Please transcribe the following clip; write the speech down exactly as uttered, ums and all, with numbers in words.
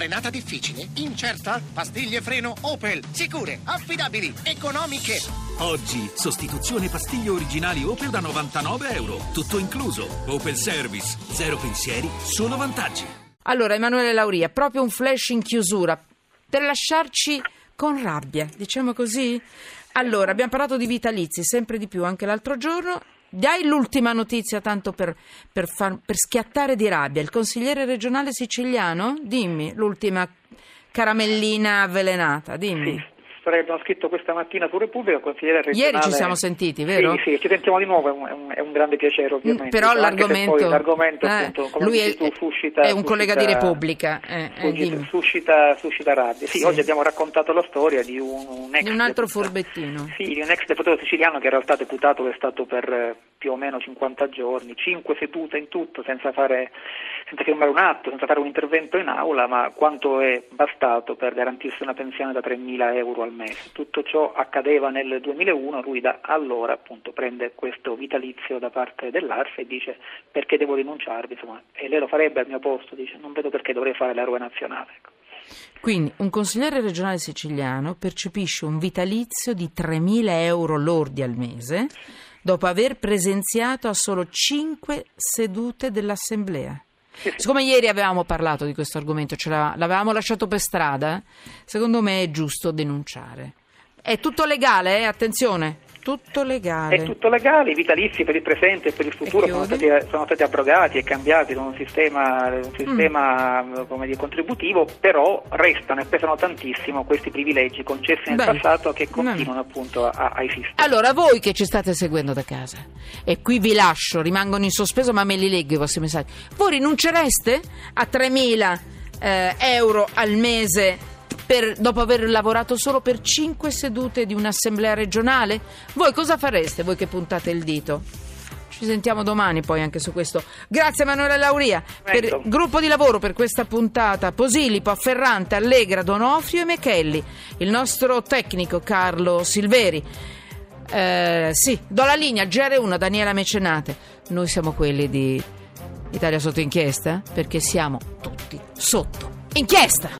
Frenata difficile? Incerta? Pastiglie freno Opel. Sicure, affidabili, economiche. Oggi, sostituzione pastiglie originali Opel da novantanove euro. Tutto incluso. Opel Service. Zero pensieri, solo vantaggi. Allora, Emanuele Lauria, proprio un flash in chiusura per lasciarci con rabbia, diciamo così? Allora, abbiamo parlato di vitalizi sempre di più anche l'altro giorno. Dai l'ultima notizia tanto per, per, far, per schiattare di rabbia. Il consigliere regionale siciliano? Dimmi, l'ultima caramellina avvelenata, dimmi. Sì. Abbiamo scritto questa mattina su Repubblica, il consigliere regionale... Ieri ci siamo sentiti, vero? Sì, sì, ci sentiamo di nuovo, è un, è un grande piacere ovviamente. Però anche l'argomento... se poi l'argomento eh, appunto, come lui dici è, tu, suscita... è un suscita, collega di Repubblica. Eh, suscita, eh, suscita, suscita rabbia. Sì, sì, oggi abbiamo raccontato la storia di un, un ex... Di un altro deputato, furbettino. Sì, di un ex deputato siciliano che in realtà deputato è stato per eh, più o meno cinquanta giorni, cinque sedute in tutto, senza fare... senza firmare un atto, senza fare un intervento in aula, ma quanto è bastato per garantirsi una pensione da tremila euro al mese. Tutto ciò accadeva nel duemilauno, lui da allora appunto prende questo vitalizio da parte dell'A R S e dice perché devo rinunciarvi, insomma, e lei lo farebbe al mio posto, dice non vedo perché dovrei fare l'eroe nazionale. Ecco. Quindi un consigliere regionale siciliano percepisce un vitalizio di tremila euro lordi al mese dopo aver presenziato a solo cinque sedute dell'assemblea. Siccome ieri avevamo parlato di questo argomento, ce l'avevamo lasciato per strada, secondo me è giusto denunciare. È tutto legale, eh? Attenzione, tutto legale. È tutto legale, i vitalizi per il presente e per il futuro sono stati, sono stati abrogati e cambiati con un sistema, un sistema mm. come dire, contributivo, però restano e pesano tantissimo questi privilegi concessi nel Beh, passato che continuano Beh. appunto a, a esistere. Allora, voi che ci state seguendo da casa, e qui vi lascio, rimangono in sospeso ma me li leggo i vostri messaggi, voi rinuncereste a tremila eh, euro al mese Per, dopo aver lavorato solo per cinque sedute di un'assemblea regionale? Voi cosa fareste, voi che puntate il dito? Ci sentiamo domani poi anche su questo. Grazie Emanuele Lauria per il gruppo di lavoro per questa puntata. Posilipo, Afferrante, Allegra, Donofrio e Mechelli. Il nostro tecnico Carlo Silveri. Eh, sì, do la linea G R uno Daniela Mecenate. Noi siamo quelli di Italia sotto inchiesta perché siamo tutti sotto inchiesta.